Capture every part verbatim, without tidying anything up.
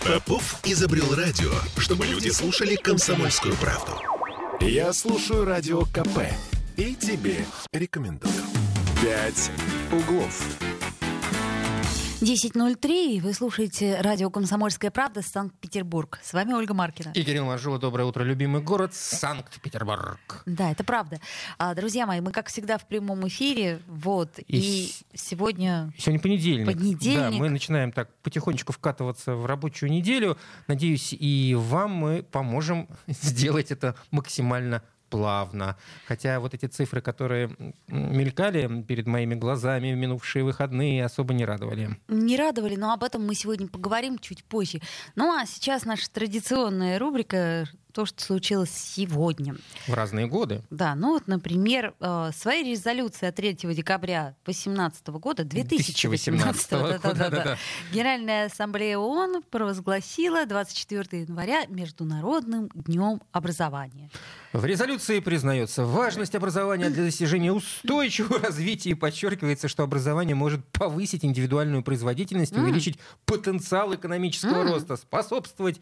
Попов изобрел радио, чтобы люди слушали комсомольскую правду. Я слушаю радио КП и тебе рекомендую. «Пять углов». десять ноль три, вы слушаете радио «Комсомольская правда», Санкт-Петербург. С вами Ольга Маркина. И Кирилл Манжула. Доброе утро, любимый город Санкт-Петербург. Да, это правда. А, друзья мои, мы, как всегда, в прямом эфире. Вот. И, и сегодня... Сегодня понедельник. Понедельник. Да, мы начинаем так потихонечку вкатываться в рабочую неделю. Надеюсь, и вам мы поможем сделать это максимально плавно. Хотя вот эти цифры, которые мелькали перед моими глазами в минувшие выходные, особо не радовали. Не радовали, но об этом мы сегодня поговорим чуть позже. Ну а сейчас наша традиционная рубрика «То, что случилось сегодня». В разные годы. Да, ну вот, например, своей резолюцией от третьего декабря две тысячи восемнадцатого года, две тысячи восемнадцатого, да, да, да, да, Генеральная ассамблея ООН провозгласила двадцать четвёртого января Международным днем образования. В резолюции признается важность образования для достижения устойчивого развития и подчеркивается, что образование может повысить индивидуальную производительность, Mm. увеличить потенциал экономического Mm. роста, способствовать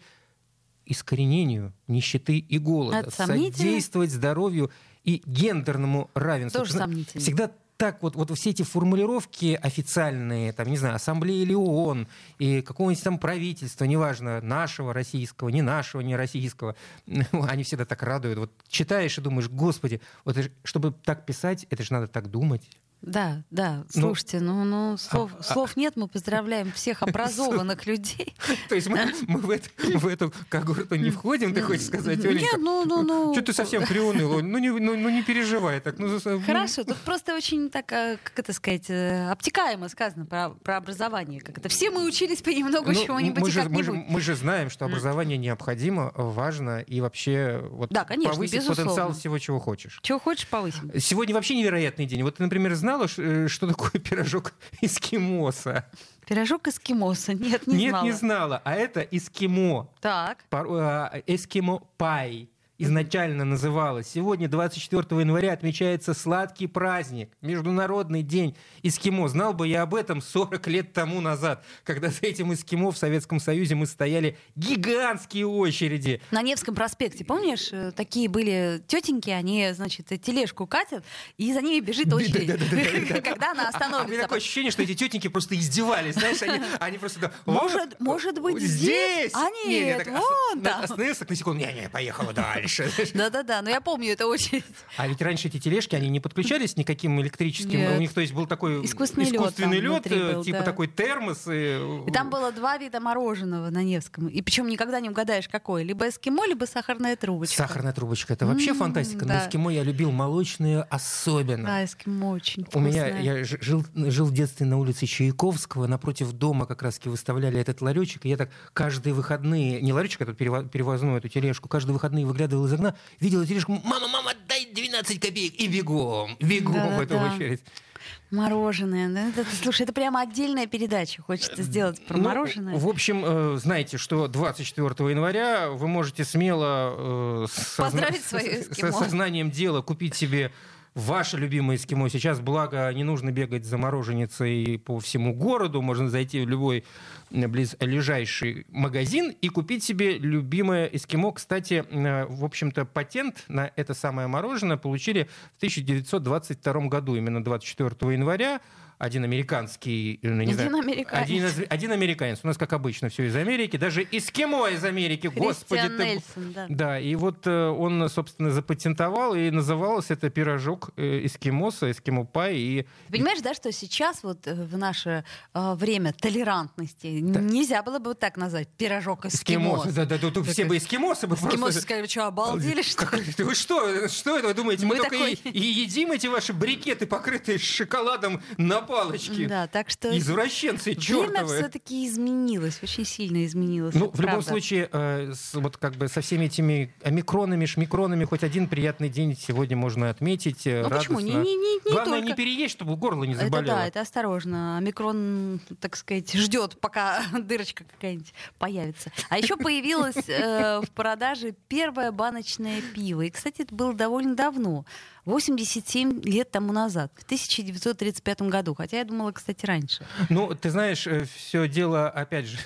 искоренению нищеты и голода, содействовать здоровью и гендерному равенству. Тоже сомнительно. Всегда так вот, вот все эти формулировки официальные, там, не знаю, ассамблеи или ООН, и какого-нибудь там правительства, неважно, нашего, российского, не нашего, не российского, они всегда так радуют. Вот читаешь и думаешь, господи, вот это ж, чтобы так писать, это же надо так думать. Да, да, слушайте, ну, ну слов, а, слов нет, мы поздравляем всех образованных людей. То есть мы, мы в, это, в эту когорту не входим, ты хочешь сказать, Оленька? Нет, ну, ну, ну... Что ты совсем приуныла? Ну не, ну, ну не переживай так. Ну, Хорошо, тут просто очень так, как это сказать, обтекаемо сказано про, про образование. Как это все мы учились понемногу ну, чего-нибудь мы и же, как-нибудь. Мы же, мы же знаем, что образование необходимо, важно и вообще вот, да, конечно, повысить безусловно. потенциал всего, чего хочешь. Чего хочешь, повысим. Сегодня вообще невероятный день. Вот ты, например, знала, что такое пирожок эскимоса? Пирожок эскимоса? Нет, не Нет, знала. не знала. А это эскимо. Так. Эскимо-пай изначально называлось. Сегодня, двадцать четвёртого января, отмечается сладкий праздник, Международный день эскимо. Знал бы я об этом сорок лет тому назад, когда за этим эскимо в Советском Союзе мы стояли гигантские очереди. На Невском проспекте, помнишь, такие были тетеньки, они, значит, тележку катят, и за ними бежит очередь, когда она остановится. У меня такое ощущение, что эти тетеньки просто издевались, знаешь, они, они просто... Может, может быть, здесь? А нет, вон там. Остановился на секунду, не-не, поехала дальше. Да-да-да, но я помню эту очередь. А ведь раньше эти тележки, они не подключались никаким электрическим. Нет. У них, то есть, был такой искусственный, искусственный лед, лед, был, типа да. такой термос. И... и там было два вида мороженого на Невском. И причем никогда не угадаешь, какое. Либо эскимо, либо сахарная трубочка. Сахарная трубочка. Это вообще М-м, фантастика. да. Но эскимо я любил молочные особенно. Да, эскимо очень У вкусное. меня, я жил, жил в детстве на улице Чайковского, напротив дома как раз выставляли этот ларечек, и я так каждые выходные, не ларечек, а тут перевозную эту тележку, каждые выходные выглядывал из окна, видел эту тележку, мама, мама, дай двенадцать копеек, и бегом, бегом да, в эту да. очередь. Мороженое. Да? Это, слушай, это прямо отдельная передача. Хочется сделать про ну, мороженое. В общем, э, знаете, что двадцать четвёртого января вы можете смело э, поздравить созна- свое эскимо. со сознанием дела купить себе ваше любимое эскимо. Сейчас, благо, не нужно бегать за мороженицей по всему городу. Можно зайти в любой близлежащий магазин и купить себе любимое эскимо. Кстати, в общем-то, патент на это самое мороженое получили в тысяча девятьсот двадцать втором году, именно двадцать четвёртого января. Один американский, не один знаю, американец. Один, один американец. У нас, как обычно, все из Америки. Даже эскимо из Америки. Господи, Кристиан ты... Нельсон, да. Да, и вот э, он, собственно, запатентовал, и называлось это пирожок э, эскимоса, эскимо-пай. И... Понимаешь, да, что сейчас вот э, в наше э, время толерантности да. нельзя было бы вот так назвать пирожок эскимос. Да, да, да, тут все бы эскимосы бы эскимосы просто... сказали, что, обалдели, что ли? Вы что, что это вы думаете? Мы, Мы только такой... и, и едим эти ваши брикеты, покрытые шоколадом на палочке. Да, так что... Извращенцы чертовы. Время все-таки изменилось, очень сильно изменилось. Ну, в правда. любом случае, э, с, вот как бы со всеми этими омикронами, шмикронами хоть один приятный день сегодня можно отметить. Ну радостно. почему? Не, не, не, не Главное, только... не переесть, чтобы горло не заболело. Это да, это осторожно. Омикрон, так сказать, ждет, пока дырочка какая-нибудь появится. А еще появилось э, в продаже первое баночное пиво. И, кстати, это было довольно давно. восемьдесят семь лет тому назад, в тысяча девятьсот тридцать пятом году. Хотя я думала, кстати, раньше. Ну, ты знаешь, все дело, опять же,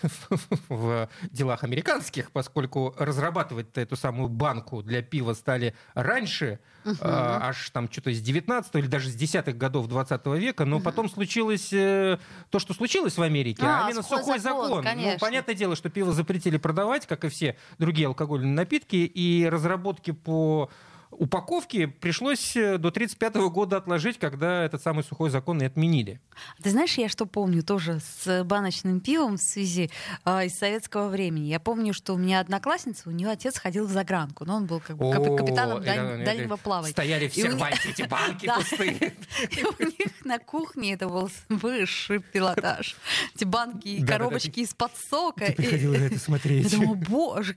в делах американских, поскольку разрабатывать эту самую банку для пива стали раньше, uh-huh. а, аж там что-то с девятнадцатого или даже с десятых годов двадцатого века, но uh-huh. потом случилось э, то, что случилось в Америке, а, а именно сухой, сухой закон. закон. Ну, понятное дело, что пиво запретили продавать, как и все другие алкогольные напитки, и разработки по упаковки пришлось до тридцать пятого года отложить, когда этот самый сухой закон и отменили. Ты знаешь, я что помню тоже с баночным пивом в связи э, из советского времени. Я помню, что у меня одноклассница, у нее отец ходил в загранку, но он был как бы О, капитаном это, даль... это, дальнего плавания. Стояли в серванте эти банки пустые. И у них на кухне это был высший пилотаж. Эти банки и коробочки из-под сока. Ты приходила на это смотреть. Я думаю, боже,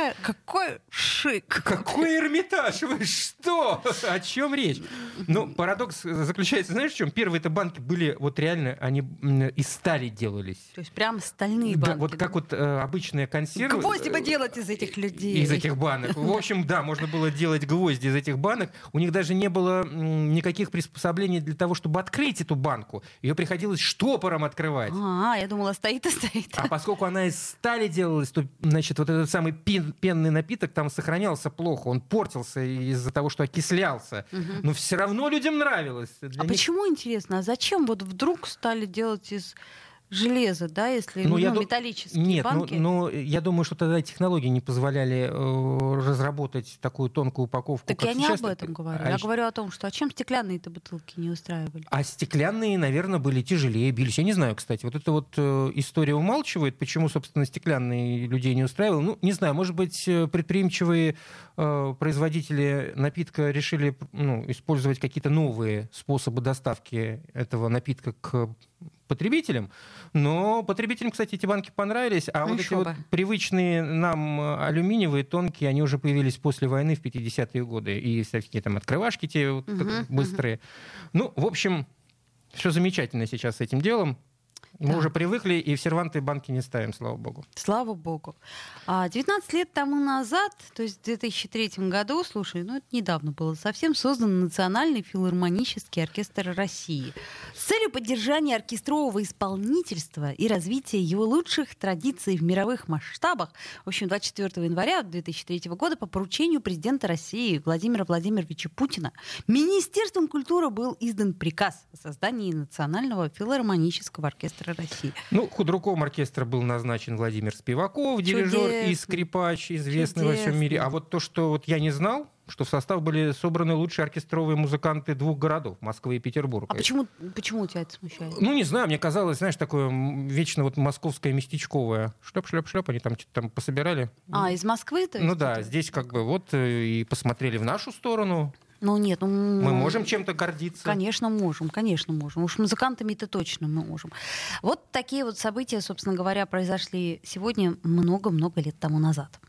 какой шик. Какой Эрмитаж! Вы что? О чем речь? Ну, парадокс заключается, знаешь, в чем? Первые-то банки были вот реально, они из стали делались. То есть прям стальные банки. Да, вот как вот э, обычная консерва. Гвозди бы делать из этих людей. Из этих банок. В общем, да, можно было делать гвозди из этих банок. У них даже не было м, никаких приспособлений для того, чтобы открыть эту банку. Ее приходилось штопором открывать. А, я думала, стоит и стоит. А поскольку она из стали делалась, то, значит, вот этот самый пен, пенный напиток там сохранялся плохо. Он портился из-за того, что окислялся. Угу. Но все равно людям нравилось. Для а них... почему, интересно, а зачем вот вдруг стали делать из железа, да, если ну, ну, металлические Нет, банки? Нет, ну, ну, я думаю, что тогда технологии не позволяли э, разработать такую тонкую упаковку. Так как я сейчас. не об этом говорю. А я говорю о том, что а чем стеклянные-то бутылки не устраивали? А стеклянные, наверное, были тяжелее, бились. Я не знаю, кстати. Вот эта вот э, история умалчивает, почему, собственно, стеклянные людей не устраивало. Ну, не знаю, может быть, предприимчивые э, производители напитка решили ну, использовать какие-то новые способы доставки этого напитка к потребителям, но потребителям, кстати, эти банки понравились, а ну вот эти вот привычные нам алюминиевые, тонкие, они уже появились после войны в пятидесятые годы, и всякие там открывашки те вот, uh-huh, быстрые. Uh-huh. Ну, в общем, все замечательно сейчас с этим делом. Мы да. уже привыкли, и в серванты банки не ставим, слава богу. Слава богу. девятнадцать лет тому назад, то есть в две тысячи третьем году, слушай, ну это недавно было совсем, создан Национальный филармонический оркестр России с целью поддержания оркестрового исполнительства и развития его лучших традиций в мировых масштабах. В общем, двадцать четвёртого января две тысячи третьего года по поручению президента России Владимира Владимировича Путина Министерством культуры был издан приказ о создании Национального филармонического оркестра России. Ну, худруком оркестра был назначен Владимир Спиваков, дирижер и скрипач, известный Чудесно. во всем мире. А вот то, что вот я не знал, что в состав были собраны лучшие оркестровые музыканты двух городов, Москвы и Петербурга. А почему, почему тебя это смущает? Ну, не знаю, мне казалось, знаешь, такое вечно вот московское местечковое. Шлеп-шлеп-шлеп, они там что-то там пособирали. А, из Москвы? То есть ну да, это... здесь как бы вот и посмотрели в нашу сторону. Ну нет, ну... Мы можем чем-то гордиться? Конечно, можем, конечно, можем. Уж музыкантами-то точно мы можем. Вот такие вот события, собственно говоря, произошли сегодня много-много лет тому назад.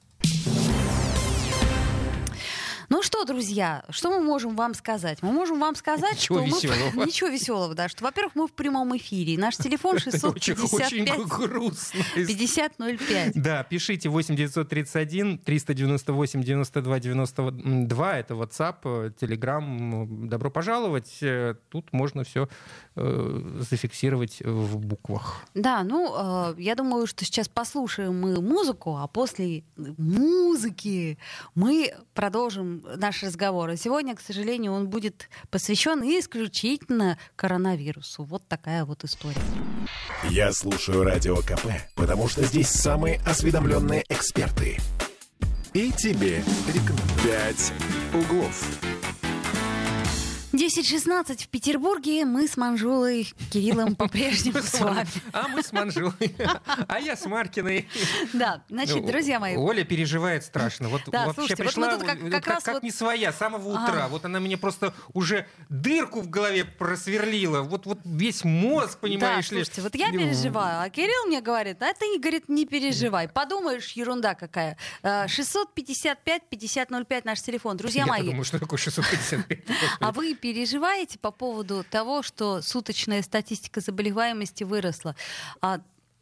Ну что, друзья, что мы можем вам сказать? Мы можем вам сказать, Ничего что веселого. мы... Ничего веселого, да. Что, во-первых, мы в прямом эфире. Наш телефон шестьсот пятьдесят пять пятьдесят ноль пять. Да, пишите восемь девятьсот тридцать один триста девяносто восемь девяносто два девяносто два. Это WhatsApp, Telegram. Добро пожаловать. Тут можно все э, зафиксировать в буквах. Да, ну, э, я думаю, что сейчас послушаем мы музыку, а после музыки мы продолжим наш разговор. И сегодня, к сожалению, он будет посвящен исключительно коронавирусу. Вот такая вот история. Я слушаю Радио КП, потому что здесь самые осведомленные эксперты. И тебе рекомендую. Пять углов. десять шестнадцать в Петербурге. Мы с Манжулой Кириллом по-прежнему с вами. А мы с Манжулой. А я с Маркиной. Да, значит, друзья мои. Оля переживает страшно. Вот да, вообще слушайте, пришла вот как, как, как, как, как вот... не своя, с самого утра. А. Вот она мне просто уже дырку в голове просверлила. Вот, вот весь мозг, понимаешь да, ли. Слушайте, вот я переживаю, а Кирилл мне говорит, а ты, говорит, не переживай. Подумаешь, ерунда какая. шестьсот пятьдесят пять пятьдесят ноль пять наш телефон. Друзья я мои. Я думаю, что такое шестьсот пятьдесят пять. А вы переживаете по поводу того, что суточная статистика заболеваемости выросла? А,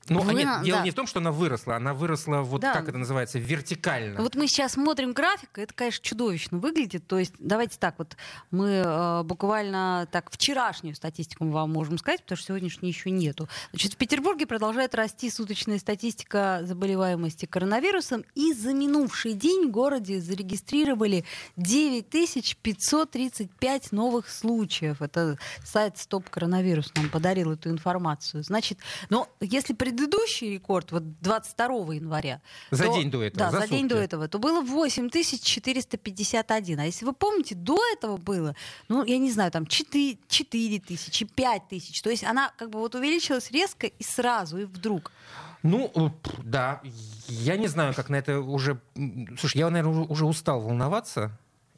Ну, Вы, нет, дело да. не в том, что она выросла, она выросла, вот Да. как это называется, вертикально. Вот мы сейчас смотрим график, и это, конечно, чудовищно выглядит. То есть, давайте так, вот мы э, буквально так вчерашнюю статистику мы вам можем сказать, потому что сегодняшней еще нету. Значит, в Петербурге продолжает расти суточная статистика заболеваемости коронавирусом, и за минувший день в городе зарегистрировали девять тысяч пятьсот тридцать пять новых случаев. Это сайт Стоп Коронавирус нам подарил эту информацию. Значит, но если предыдущий рекорд, вот двадцать второго января, За то- день до этого, Да, за за, день сутки. до этого, то было восемь тысяч четыреста пятьдесят один. А если вы помните, до этого было, ну, я не знаю, там четыре, четыре тысячи, пять тысяч. То есть она как бы вот увеличилась резко и сразу, и вдруг. Ну, п- да, я не знаю, как на это уже... м, Слушай, я, наверное, уже устал волноваться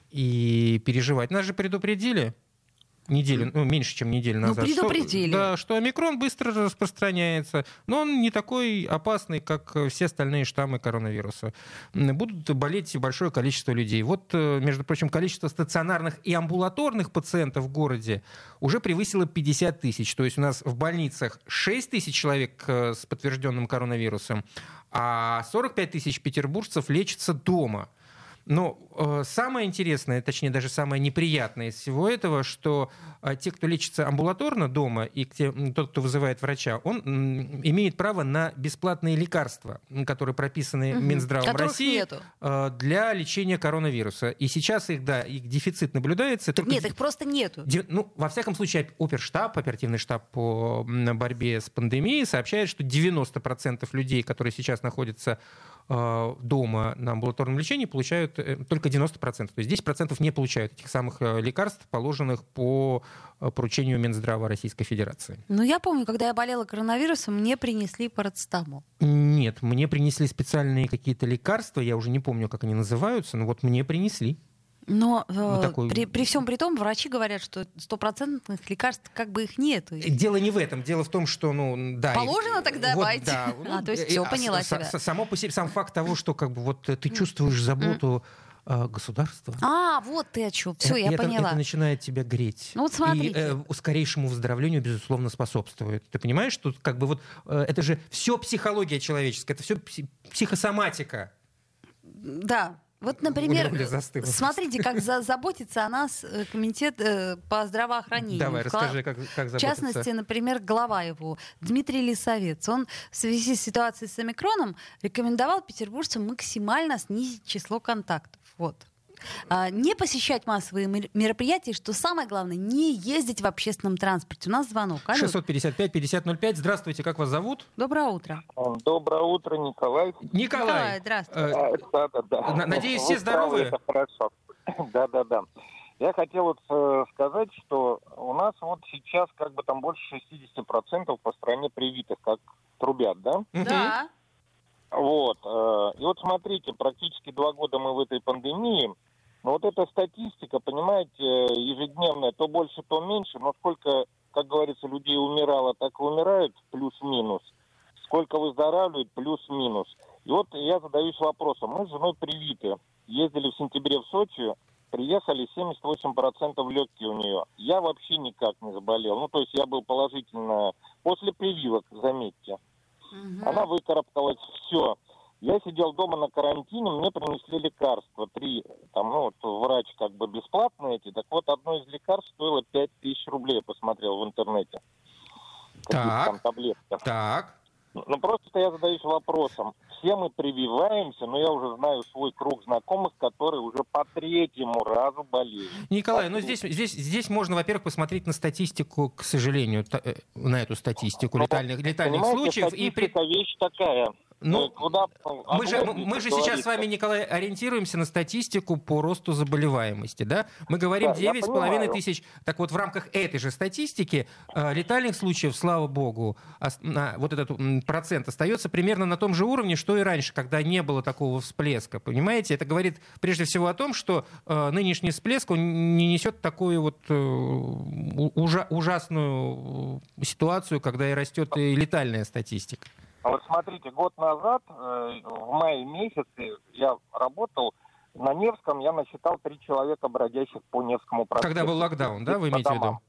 и переживать. Нас же предупредили неделю, ну, меньше, чем неделю Ну, назад. предупредили. Что, да, что омикрон быстро распространяется, но он не такой опасный, как все остальные штаммы коронавируса. М, Будут болеть большое количество людей. Вот, э, между прочим, количество стационарных и амбулаторных пациентов в городе уже превысило пятьдесят тысяч. То есть у нас в больницах шесть тысяч человек э, с подтвержденным коронавирусом, а сорок пять тысяч петербуржцев лечатся дома. Но э, самое интересное, точнее даже самое неприятное из всего этого, что э, те, кто лечится амбулаторно дома, и те, м, тот, кто вызывает врача, он м, имеет право на бесплатные лекарства, м, которые прописаны Мгм. Минздравом Которых России нету. э, для лечения коронавируса. И сейчас их, да, их дефицит наблюдается. Так только нет, ди- их просто нету. Ди- Ну, во всяком случае, оперштаб, оперативный штаб по м, борьбе с пандемией сообщает, что девяносто процентов людей, которые сейчас находятся э, дома на амбулаторном лечении, получают э, только девяносто процентов. То есть десять процентов не получают этих самых э, лекарств, положенных по э, поручению Минздрава Российской Федерации. Ну, я помню, когда я болела коронавирусом, мне принесли парацетамол. Нет, мне принесли специальные какие-то лекарства, я уже не помню, как они называются, но вот мне принесли. Но э, Вот такой- при, при всем при том, врачи говорят, что стопроцентных лекарств как бы их нет. Дело не в этом. Дело в том, что, ну, да. Положено и- тогда вот, давайте. да. А, то есть э, всё, а, поняла с- тебя. с- Само по себе, сам факт того, что как бы вот э, ты чувствуешь заботу э, государства. А, вот ты о чем. Все, э, я это, поняла. это начинает тебя греть. Ну вот смотрите. И э, скорейшему выздоровлению, безусловно, способствует. Ты понимаешь, что как бы вот э, это же все психология человеческая, это все психосоматика. Да. Вот, например, Оля застыла. смотрите, как за- заботится о нас э, комитет э, по здравоохранению. Давай, В кла- расскажи, как, как В заботиться. частности, например, глава его, Дмитрий Лисовец, он в связи с ситуацией с омикроном рекомендовал петербуржцам максимально снизить число контактов. Вот. А, не посещать массовые мер- мероприятия, что самое главное, не ездить в общественном транспорте. У нас звонок. Алло. шестьсот пятьдесят пять пятьдесят ноль пять. Здравствуйте, как вас зовут? Доброе утро. Доброе утро, Николай. Николай. Николай, здравствуйте. э, А, Да, да, да. На- надеюсь, Вы все здоровы? правы, это хорошо. Да, да, да. Я хотел вот э, сказать, что у нас вот сейчас как бы там больше шестьдесят процентов по стране привитых, как трубят, да? мгм. Да. Вот. э, И вот смотрите, практически два года мы в этой пандемии. Но вот эта статистика, понимаете, ежедневная, то больше, то меньше. Но сколько, как говорится, людей умирало, так и умирают, плюс-минус. Сколько выздоравливают, плюс-минус. И вот я задаюсь вопросом. Мы с женой привиты. Ездили в сентябре в Сочи, приехали, семьдесят восемь процентов легкие у нее. Я вообще никак не заболел. Ну, то есть я был положительно после прививок, заметьте. Мгм. Она выкарабкалась, все. Я сидел дома на карантине, мне принесли лекарства. Три, там, ну, вот врач как бы бесплатно эти. Так вот, одно из лекарств стоило пять тысяч рублей, я посмотрел в интернете. Какие-то Так. там таблетки. Так. Ну, просто я задаюсь вопросом. Все мы прививаемся, но я уже знаю свой круг знакомых, которые уже по третьему разу болеют. Николай, ну здесь, здесь, здесь можно, во-первых, посмотреть на статистику, к сожалению, та- э, на эту статистику Ну, летальных, летальных Понимаете, случаев. И при... статистика вещь такая. Ну, Ну, куда Мы же, обломить, мы же как сейчас с говорится. вами, Николай, ориентируемся на статистику по росту заболеваемости, да? Мы говорим Да, я девять с половиной понимаю. тысяч. Так вот, в рамках этой же статистики э, летальных случаев, слава богу, ос- на, вот этот м, процент остается примерно на том же уровне, что и раньше, когда не было такого всплеска. Понимаете? Это говорит прежде всего о том, что э, нынешний всплеск, он не несет такую вот э, у- ужа- ужасную э, ситуацию, когда и растет и летальная статистика. А вот смотрите, год назад, э, в мае месяце, я работал на Невском, я насчитал три человека, бродящих по Невскому проспекту. Когда был локдаун, да, вы По имеете в виду? домам.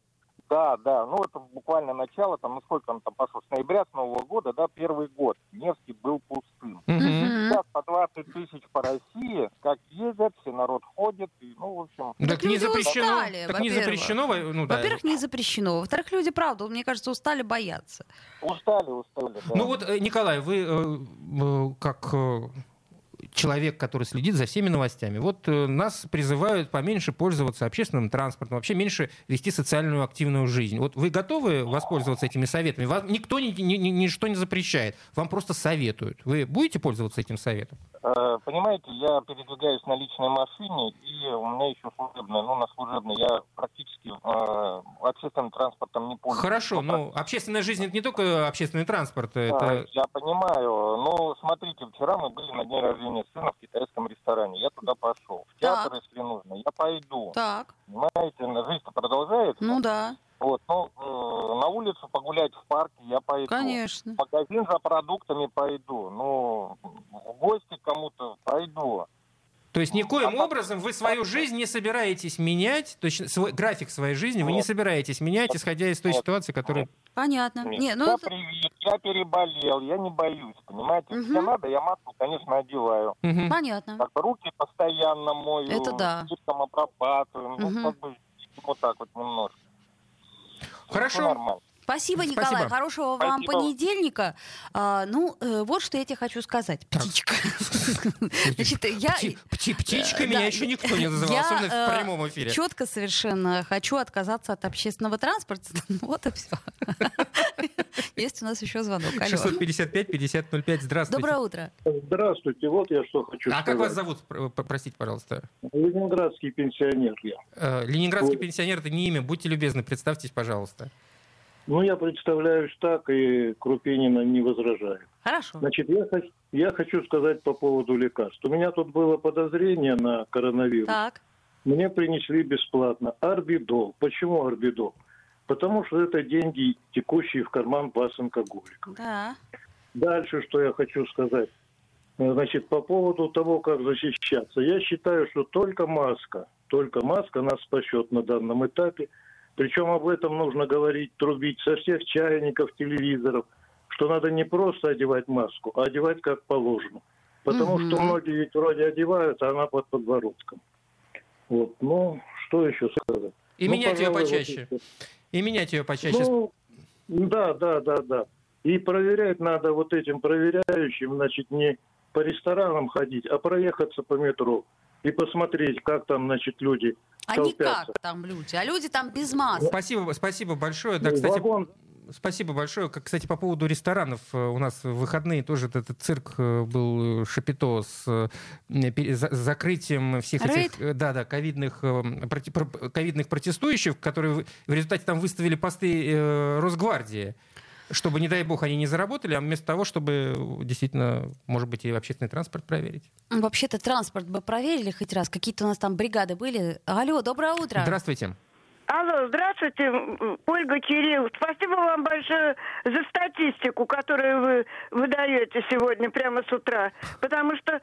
Да, да, ну это буквально начало, там, ну сколько он там пошел, с ноября, с Нового года, да, первый год Невский был пустым. Мгм. Сейчас по двадцать тысяч по России, как ездят, все народ ходит, и, ну, в общем... Так, Так не люди запрещено. устали, Так не во-первых. запрещено. во- Ну, да. Во-первых, не запрещено. Во-вторых, люди, правда, мне кажется, устали бояться. Устали, устали, да. Ну вот, э, Николай, вы э, э, как э, человек, который следит за всеми новостями, вот э, нас призывают поменьше пользоваться общественным транспортом, вообще меньше вести социальную активную жизнь. Вот вы готовы воспользоваться этими советами? Вам никто ни, ни- ни- ничто не запрещает, вам просто советуют. Вы будете пользоваться этим советом? Э, Понимаете, я передвигаюсь на личной машине, и у меня еще служебная, ну, на служебной, я практически э, общественным транспортом не пользуюсь. Хорошо, но общественная жизнь — это не только общественный транспорт, А, это... Я понимаю. Ну, смотрите, вчера мы были на дне рождения сына в китайском ресторане. Я туда пошел. В театр, Так. если нужно, я пойду. Так, Понимаете, жизнь-то продолжается. ну да, Вот, ну, э, на улицу погулять в парке я пойду. конечно. В магазин за продуктами пойду. Ну, в гости к кому-то пойду. То есть никоим А образом вы свою жизнь не собираетесь менять, то есть свой график своей жизни вы не Нет. собираетесь менять, исходя из той Нет. ситуации, которая... Понятно. Нет, Не, ну я это- привит, я переболел, я не боюсь, понимаете? Мгм. Если надо, я маску, конечно, одеваю. Мгм. понятно. Так, руки постоянно мою, Это да. слишком обрабатываем. Мгм. Ну, как бы вот так вот немножко. Хорошо. Всё нормально. Спасибо, Спасибо. Николай. Хорошего вам Спасибо. понедельника. А, ну, э, вот что я тебе хочу сказать. Птичка. Значит, я... Пти- пти- Птичкой Да, меня еще никто не называл, я, особенно в э, прямом эфире. Четко совершенно хочу отказаться от общественного транспорта. Ну, вот и все. Есть у нас еще звонок. Алло. шестьсот пятьдесят пять пятьдесят ноль пять, здравствуйте. Доброе утро. Здравствуйте, вот я что хочу А сказать. как вас зовут, Пр- пр- простите, пожалуйста? Ленинградский пенсионер я. Э, Ленинградский Вот. пенсионер — это не имя, будьте любезны, представьтесь, пожалуйста. Ну, я представляюсь так, и Крупинина не возражаю. Хорошо. Значит, я, хо- я хочу сказать по поводу лекарств. У меня тут было подозрение на коронавирус. Так. Мне принесли бесплатно орбидол. Почему орбидол? Потому что это деньги, текущие в карман бас-алкоголиков. Да. Дальше, что я хочу сказать. Значит, по поводу того, как защищаться. Я считаю, что только маска, только маска нас спасет на данном этапе. Причем об этом нужно говорить, трубить со всех чайников, телевизоров, что надо не просто одевать маску, а одевать как положено. Потому Мгм. что многие ведь вроде одевают, а она под подбородком. Вот, ну, что еще сказать? И Ну, менять ее пожалуй, почаще. вот и всё. И менять ее почаще. Ну, да, да, да, да. И проверять надо вот этим проверяющим, значит, не по ресторанам ходить, а проехаться по метро и посмотреть, как там, значит, люди А не толпятся. как там люди, а люди там без масок. Спасибо, спасибо большое. Да, Ну, кстати, вагон. спасибо большое. Как, кстати, по поводу ресторанов. э, У нас в выходные тоже этот цирк э, был, э, шапито с э, пере- за- закрытием всех Рейд? этих, э, да, да, ковидных, э, проти- про- ковидных протестующих, которые в в результате там выставили посты э, Росгвардии, чтобы, не дай бог, они не заработали, а вместо того, чтобы действительно, может быть, и общественный транспорт проверить. Вообще-то транспорт бы проверили хоть раз. Какие-то у нас там бригады были. Алло, доброе утро. Здравствуйте. Алло, здравствуйте, Ольга, Кирилл. Спасибо вам большое за статистику, которую вы выдаете сегодня прямо с утра. Потому что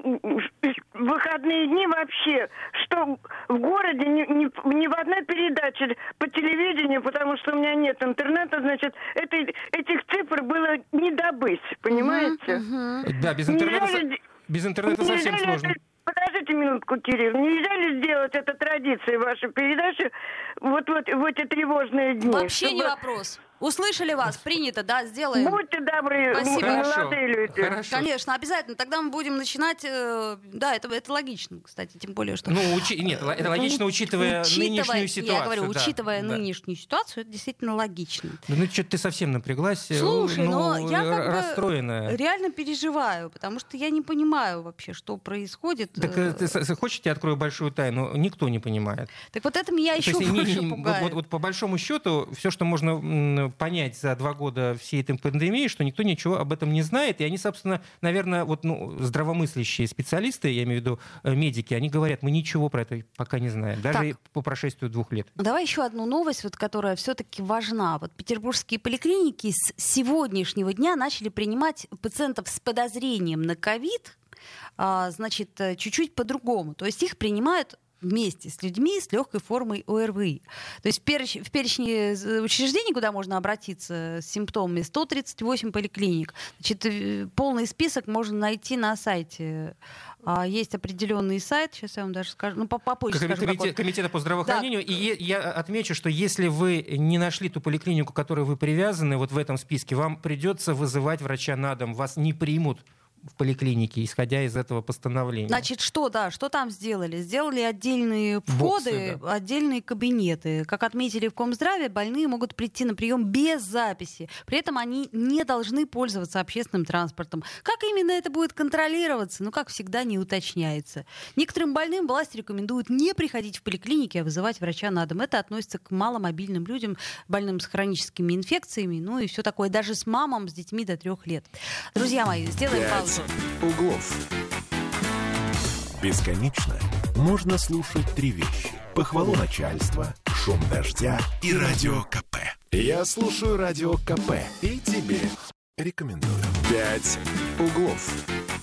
в выходные дни вообще, что в городе ни, ни, ни в одной передаче по телевидению, потому что у меня нет интернета, значит, это, этих цифр было не добыть, понимаете? Мгм. Да, без интернета, Нельзя со- ли- без интернета совсем Нельзя ли сложно. это- Подождите минутку, Кирилл. Нельзя ли сделать это традицией вашей передачи вот, вот в эти тревожные дни? Вообще не чтобы- вопрос. Услышали вас, принято, да, сделаем. Будьте добры, Спасибо. м- Хорошо, молодые люди. хорошо. Конечно, обязательно. Тогда мы будем начинать. э, да, это, это логично, кстати, тем более, что. Ну, учи- нет, л- это логично, учитывая, нынешнюю ситуацию. Я говорю, да, учитывая да. нынешнюю ситуацию, это действительно логично. Да ну что ты совсем напряглась? э, Слушай, ну, но я как бы расстроенная. реально переживаю, потому что я не понимаю вообще, что происходит. Так Э, э, ты с- хочешь, я открою большую тайну? Никто не понимает. Так вот это меня То еще есть, не- больше не- вот, пугает. вот- вот по большому счету, все, что можно м, понять за два года всей этой пандемии, что никто ничего об этом не знает. И они, собственно, наверное, вот, ну, здравомыслящие специалисты, я имею в виду э, медики, они говорят, мы ничего про это пока не знаем. Даже Так. и по прошествию двух лет. Давай еще одну новость, вот, которая все-таки важна. Вот петербургские поликлиники с сегодняшнего дня начали принимать пациентов с подозрением на ковид, а, значит, э, чуть-чуть по-другому. То есть их принимают вместе с людьми с легкой формой ОРВИ. То есть в, переч... в перечне учреждений, куда можно обратиться с симптомами, сто тридцать восемь поликлиник. Значит, полный список можно найти на сайте. А есть определенный сайт, сейчас я вам даже скажу, ну, попозже Комитет, скажу. Комитет, комитета по здравоохранению. Да. И я отмечу, что если вы не нашли ту поликлинику, к которой вы привязаны, вот в этом списке, вам придется вызывать врача на дом. Вас не примут в поликлинике, исходя из этого постановления. Значит, что, да, что там сделали? Сделали отдельные входы, Боксы, да. отдельные кабинеты. Как отметили в Комздраве, больные могут прийти на прием без записи. При этом они не должны пользоваться общественным транспортом. Как именно это будет контролироваться? Ну, как всегда, не уточняется. Некоторым больным власти рекомендуют не приходить в поликлиники, а вызывать врача на дом. Это относится к маломобильным людям, больным с хроническими инфекциями, ну и все такое. Даже с мамам с детьми до трех лет. Друзья мои, сделаем паузу. Углов. Бесконечно можно слушать три вещи. Похвалу начальства, шум дождя и радио КП. Я слушаю радио КП и тебе рекомендую. Пять углов.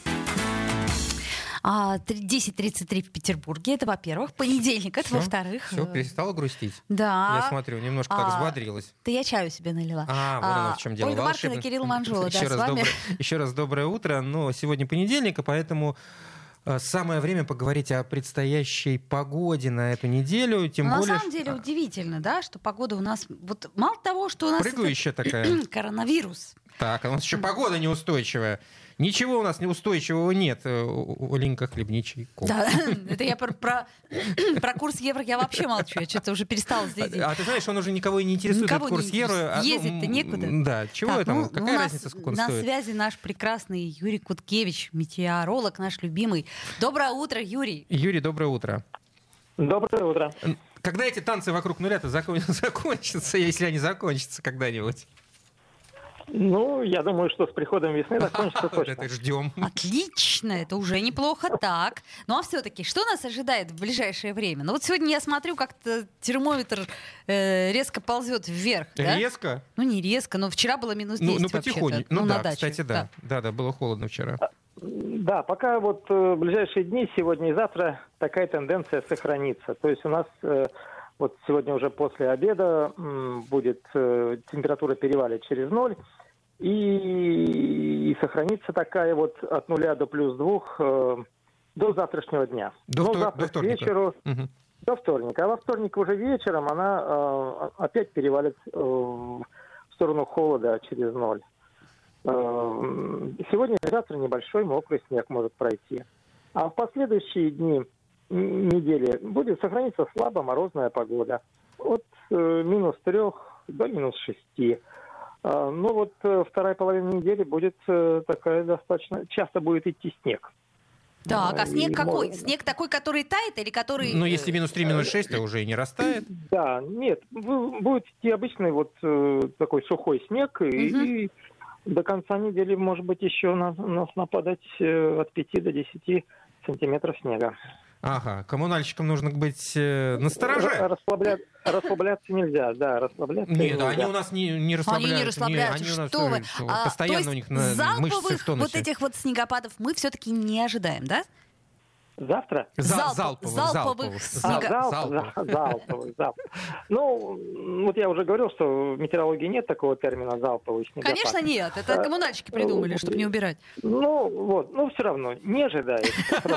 А, десять тридцать три в Петербурге. Это, во-первых. Понедельник. Это, все, во-вторых. Все, перестала грустить? Да. Я смотрю, немножко а, так взбодрилась. Да я чаю себе налила. А, вот оно в чем дело. Ольга Маркина, Кирилл Манжула, да, еще, с раз вами. доброе, еще раз доброе утро. Но сегодня понедельник, и поэтому самое время поговорить о предстоящей погоде на эту неделю. Тем Но более, на самом деле удивительно, да, что погода у нас... Вот мало того, что у нас... Прыгающая такая. Коронавирус. Так, а у нас еще погода неустойчивая. Ничего у нас неустойчивого нет, Оленька Хлебничий-Ко. Да, это я про, про, про курс евро я вообще молчу, я что-то уже перестала следить. А, а ты знаешь, он уже никого и не интересует, никого этот курс не евро. Ездить-то ну, некуда. Да, чего так, это? Ну, Какая разница, сколько он на стоит? На связи наш прекрасный Юрий Куткевич, метеоролог наш любимый. Доброе утро, Юрий. Юрий, доброе утро. Доброе утро. Когда эти танцы вокруг нуля-то закончатся, если они закончатся когда-нибудь? Ну, я думаю, что с приходом весны закончится точно. Вот это ждем. Отлично, это уже неплохо. Так, ну а все-таки, что нас ожидает в ближайшее время? Ну вот сегодня я смотрю, как-то термометр э, резко ползет вверх. Резко? Да? Ну не резко, но вчера было минус десять. Ну, ну потихоньку. Ну, ну да, на даче. Кстати, да. да. Да, да, было холодно вчера. Да, пока вот в ближайшие дни, сегодня и завтра, такая тенденция сохранится. То есть у нас... Вот сегодня уже после обеда будет э, температура перевалит через ноль, и, и сохранится такая вот от нуля до плюс двух э, до завтрашнего дня. До, Но втор- завтра до вторника. К вечеру, угу. До вторника. А во вторник уже вечером она э, опять перевалит э, в сторону холода через ноль. Э, сегодня и завтра небольшой мокрый снег может пройти. А в последующие дни недели будет сохраниться слабо морозная погода. От э, минус трех до минус шести. Э, ну вот э, вторая половина недели будет э, такая достаточно... Часто будет идти снег. Так, а снег и какой? можно... Снег такой, который тает или который... Ну, если минус три, минус шесть, то уже и не растает. Да, нет. Будет идти обычный вот э, такой сухой снег. И, угу. и до конца недели, может быть, еще на, нас нападать э, от пяти до десяти сантиметров снега. Ага, коммунальщикам нужно быть э, настороже. Расслабля... Расслабляться нельзя, да, расслабляться Нет, нельзя. Они у нас не, не расслабляются. Они не расслабляются, не, они у нас, что вы. А, постоянно а, у них на мышцы в тонусе. Вот этих вот снегопадов мы все-таки не ожидаем, да? Завтра? Залп, залповых, залповых, залповых, снега... а, залп, залповых. залповых, залповых. Ну, вот я уже говорил, что в метеорологии нет такого термина залповый снегопад. Конечно нет, это коммунальщики придумали, чтобы не убирать. Ну, вот, ну все равно, не ожидает.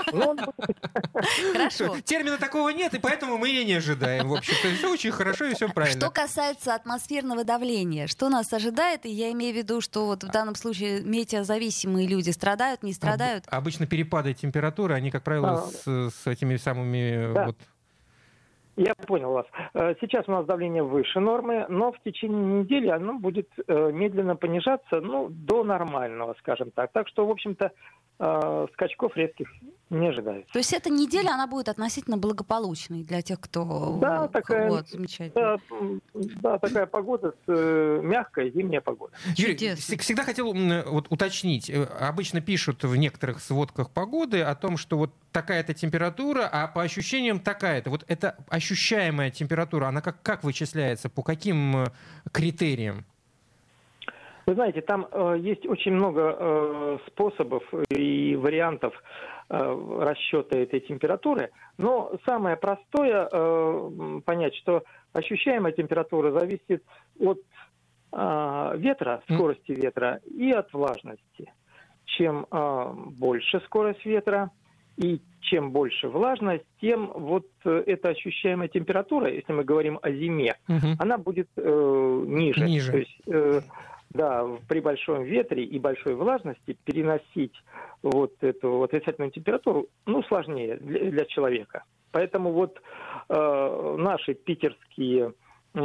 Хорошо. Термина такого нет, и поэтому мы и не ожидаем. В общем-то, все очень хорошо и все правильно. Что касается атмосферного давления, что нас ожидает, и я имею в виду, что вот в данном случае метеозависимые люди страдают, не страдают? Об, обычно перепады температуры, они, как правило, С, с этими самыми... Да. Вот... Я понял вас. Сейчас у нас давление выше нормы, но в течение недели оно будет медленно понижаться, ну, до нормального, скажем так. Так что, в общем-то, скачков резких не ожидается. То есть эта неделя, она будет относительно благополучной для тех, кто... Да, такая, вот, замечательно. Да, да, такая погода, с, э, мягкая зимняя погода. Юрий, всегда хотел вот, уточнить. Обычно пишут в некоторых сводках погоды о том, что вот такая-то температура, а по ощущениям такая-то. Вот эта ощущаемая температура, она как, как вычисляется? По каким критериям? Вы знаете, там э, есть очень много э, способов и вариантов э, расчета этой температуры, но самое простое э, понять, что ощущаемая температура зависит от э, ветра, скорости ветра и от влажности. Чем э, больше скорость ветра и чем больше влажность, тем вот э, эта ощущаемая температура, если мы говорим о зиме, угу. она будет э, ниже. ниже. То есть, э, да, при большом ветре и большой влажности переносить вот эту отрицательную температуру, ну, сложнее для, для человека. Поэтому вот э, наши питерские э,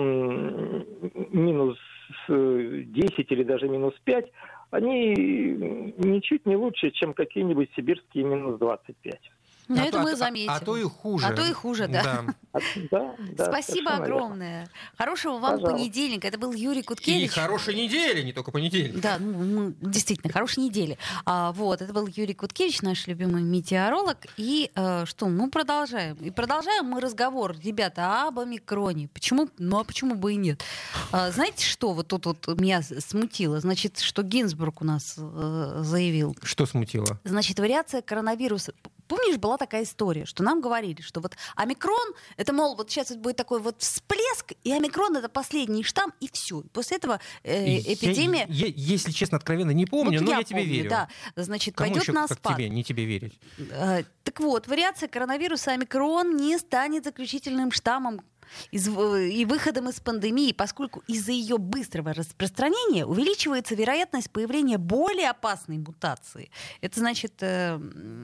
минус десять или даже минус пять, они ничуть не лучше, чем какие-нибудь сибирские минус двадцать пять. Ну, а это то, мы а, заметим. А, а то и хуже. А то и хуже, да. да. да, да Спасибо огромное. Верно. Хорошего вам Пожалуйста. понедельника. Это был Юрий Куткевич. И хорошей недели, не только понедельник. Да, ну, действительно, хорошей недели. А, вот, это был Юрий Куткевич, наш любимый метеоролог. И э, что, мы продолжаем. И продолжаем мы разговор, ребята, об омикроне. Почему? Ну, а почему бы и нет? А, знаете, что вот тут вот меня смутило? Значит, что Гинзбург у нас э, заявил. Что смутило? Значит, вариация коронавируса. Помнишь, была такая история, что нам говорили, что вот омикрон, это, мол, вот сейчас будет такой вот всплеск, и омикрон — это последний штамм, и все. После этого э, эпидемия... Я, я, если честно, откровенно не помню, вот но я, я тебе помню, верю. Да. Значит, Кому пойдет еще, на как спад. тебе, не тебе верить? Э, так вот, вариация коронавируса омикрон не станет заключительным штаммом Из, и выходом из пандемии, поскольку из-за ее быстрого распространения увеличивается вероятность появления более опасной мутации. Это значит, э,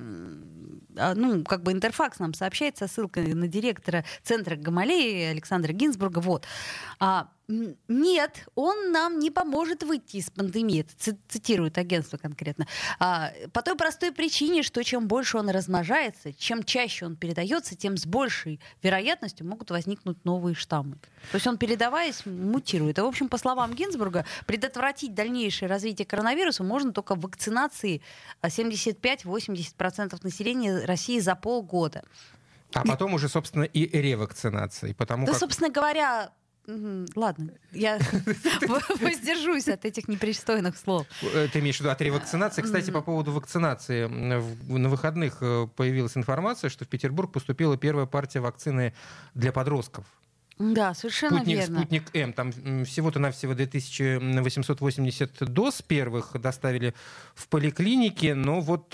ну, как бы Интерфакс нам сообщает со ссылкой на директора Центра Гамалеи Александра Гинзбурга. Вот. А, нет, он нам не поможет выйти из пандемии. Это цитирует агентство конкретно. А, по той простой причине, что чем больше он размножается, чем чаще он передается, тем с большей вероятностью могут возникнуть новые штаммы. То есть он, передаваясь, мутирует. И, в общем, по словам Гинзбурга, предотвратить дальнейшее развитие коронавируса можно только вакцинацией семьдесят пять - восемьдесят процентов населения России за полгода. А потом уже, собственно, и ревакцинацией. Потому да, как... собственно говоря... Ладно, я воздержусь от этих непристойных слов. Ты имеешь в виду от ревакцинации? Кстати, по поводу вакцинации. На выходных появилась информация, что в Петербург поступила первая партия вакцины для подростков. Да, совершенно Спутник, верно. Спутник М. Там всего-то навсего две тысячи восемьсот восемьдесят доз первых доставили в поликлинике, но вот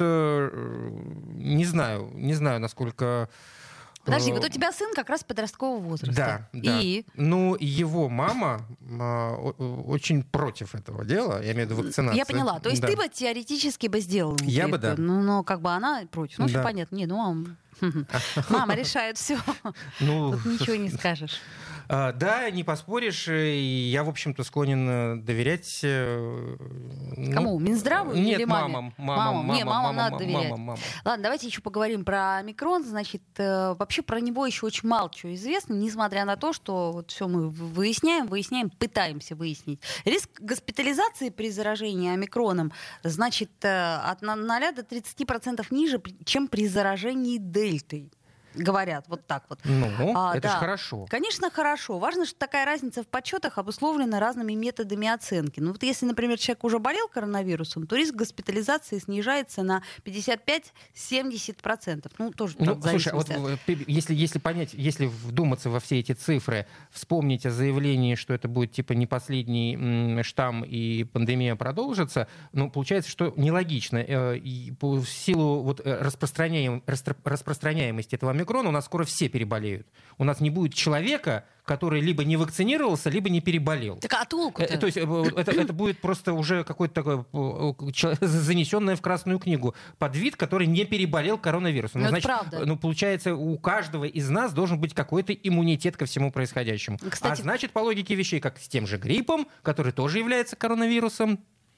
не знаю, не знаю, насколько... Подожди, вот у тебя сын как раз подросткового возраста. Да, да. И? Ну, его мама э, очень против этого дела, я имею в виду вакцинации. Я поняла. То есть да. ты бы теоретически бы сделал. Я бы, да. Ну, но как бы она против. Ну, да. все понятно. Не, ну, мама, мама решает все. Ну, тут ничего не скажешь. Uh, да, не поспоришь. И я, в общем-то, склонен доверять... Кому? Ну, Минздраву нет, или маме? мамам. Мамам, мамам. Не, мамам надо мамам, доверять. Мамам, мамам. Ладно, давайте еще поговорим про омикрон. Значит, вообще про него еще очень мало чего известно, несмотря на то, что вот все мы выясняем, выясняем, пытаемся выяснить. Риск госпитализации при заражении омикроном, значит, от ноля до тридцати процентов ниже, чем при заражении дельтой. Говорят, вот так вот. Ну, а, это да. же хорошо. Конечно, хорошо. Важно, что такая разница в подсчетах обусловлена разными методами оценки. Ну вот если, например, человек уже болел коронавирусом, то риск госпитализации снижается на пятьдесят пять - семьдесят процентов. Ну, тоже ну, слушай, вот если, если понять, если вдуматься во все эти цифры, вспомнить о заявлении, что это будет типа не последний м, штамм и пандемия продолжится, ну, получается, что нелогично. Э, и по, в силу вот, распространяем, распро, распространяемости этого омикрона у нас скоро все переболеют. У нас не будет человека, который либо не вакцинировался, либо не переболел. Так а толку-то? То есть это, это будет просто уже какое-то такое занесенное в Красную книгу под вид, который не переболел коронавирусом. Ну, значит, правда. Ну, получается, у каждого из нас должен быть какой-то иммунитет ко всему происходящему. Кстати, а значит, по логике вещей, как с тем же гриппом, который тоже является коронавирусом,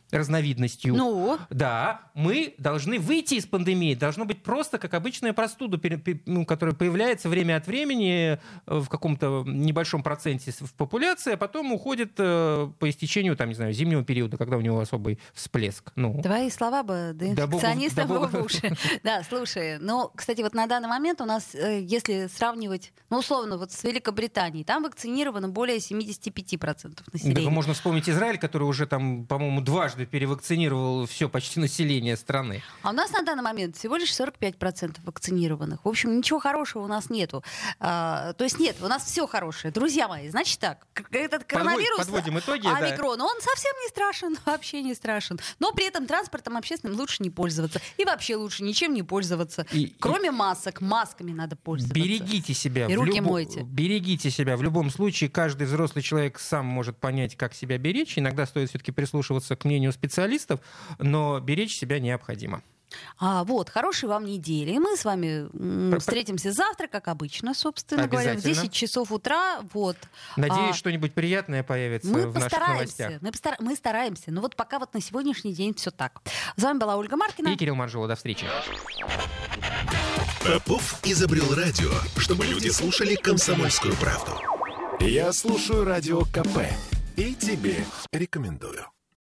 разновидностью. Ну? Да, мы должны выйти из пандемии. Должно быть просто как обычная простуда, ну, которая появляется время от времени в каком-то небольшом проценте в популяции, а потом уходит по истечению, там, не знаю, зимнего периода, когда у него особый всплеск. Ну. Твои слова бы до инфекциониста в уши. Да, слушай, ну, кстати, вот на данный момент у нас, если сравнивать, ну, условно, вот с Великобританией, там вакцинировано более семьдесят пять процентов населения. Да, можно вспомнить Израиль, который уже там, по-моему, дважды перевакцинировал все почти население страны. А у нас на данный момент всего лишь сорок пять процентов вакцинированных. В общем, ничего хорошего у нас нету. А, то есть нет, у нас все хорошее. Друзья мои, значит так, этот коронавирус, подводим итоги, омикрон, да. он совсем не страшен, вообще не страшен. Но при этом транспортом общественным лучше не пользоваться. И вообще лучше ничем не пользоваться. И, Кроме и... масок, масками надо пользоваться. Берегите себя. И руки люб... мойте. Берегите себя. В любом случае, каждый взрослый человек сам может понять, как себя беречь. Иногда стоит все-таки прислушиваться к мнению специалистов, но беречь себя необходимо. А, вот, хорошей вам недели. Мы с вами м, встретимся завтра, как обычно, собственно говоря, в десять часов утра. Вот. Надеюсь, а, что-нибудь приятное появится мы в наших новостях. Мы, постар... мы стараемся. Но вот пока вот на сегодняшний день все так. С вами была Ольга Маркина. И Кирилл Манжула. До встречи. Попов изобрел радио, чтобы люди слушали «Комсомольскую правду». Я слушаю Радио КП и тебе рекомендую.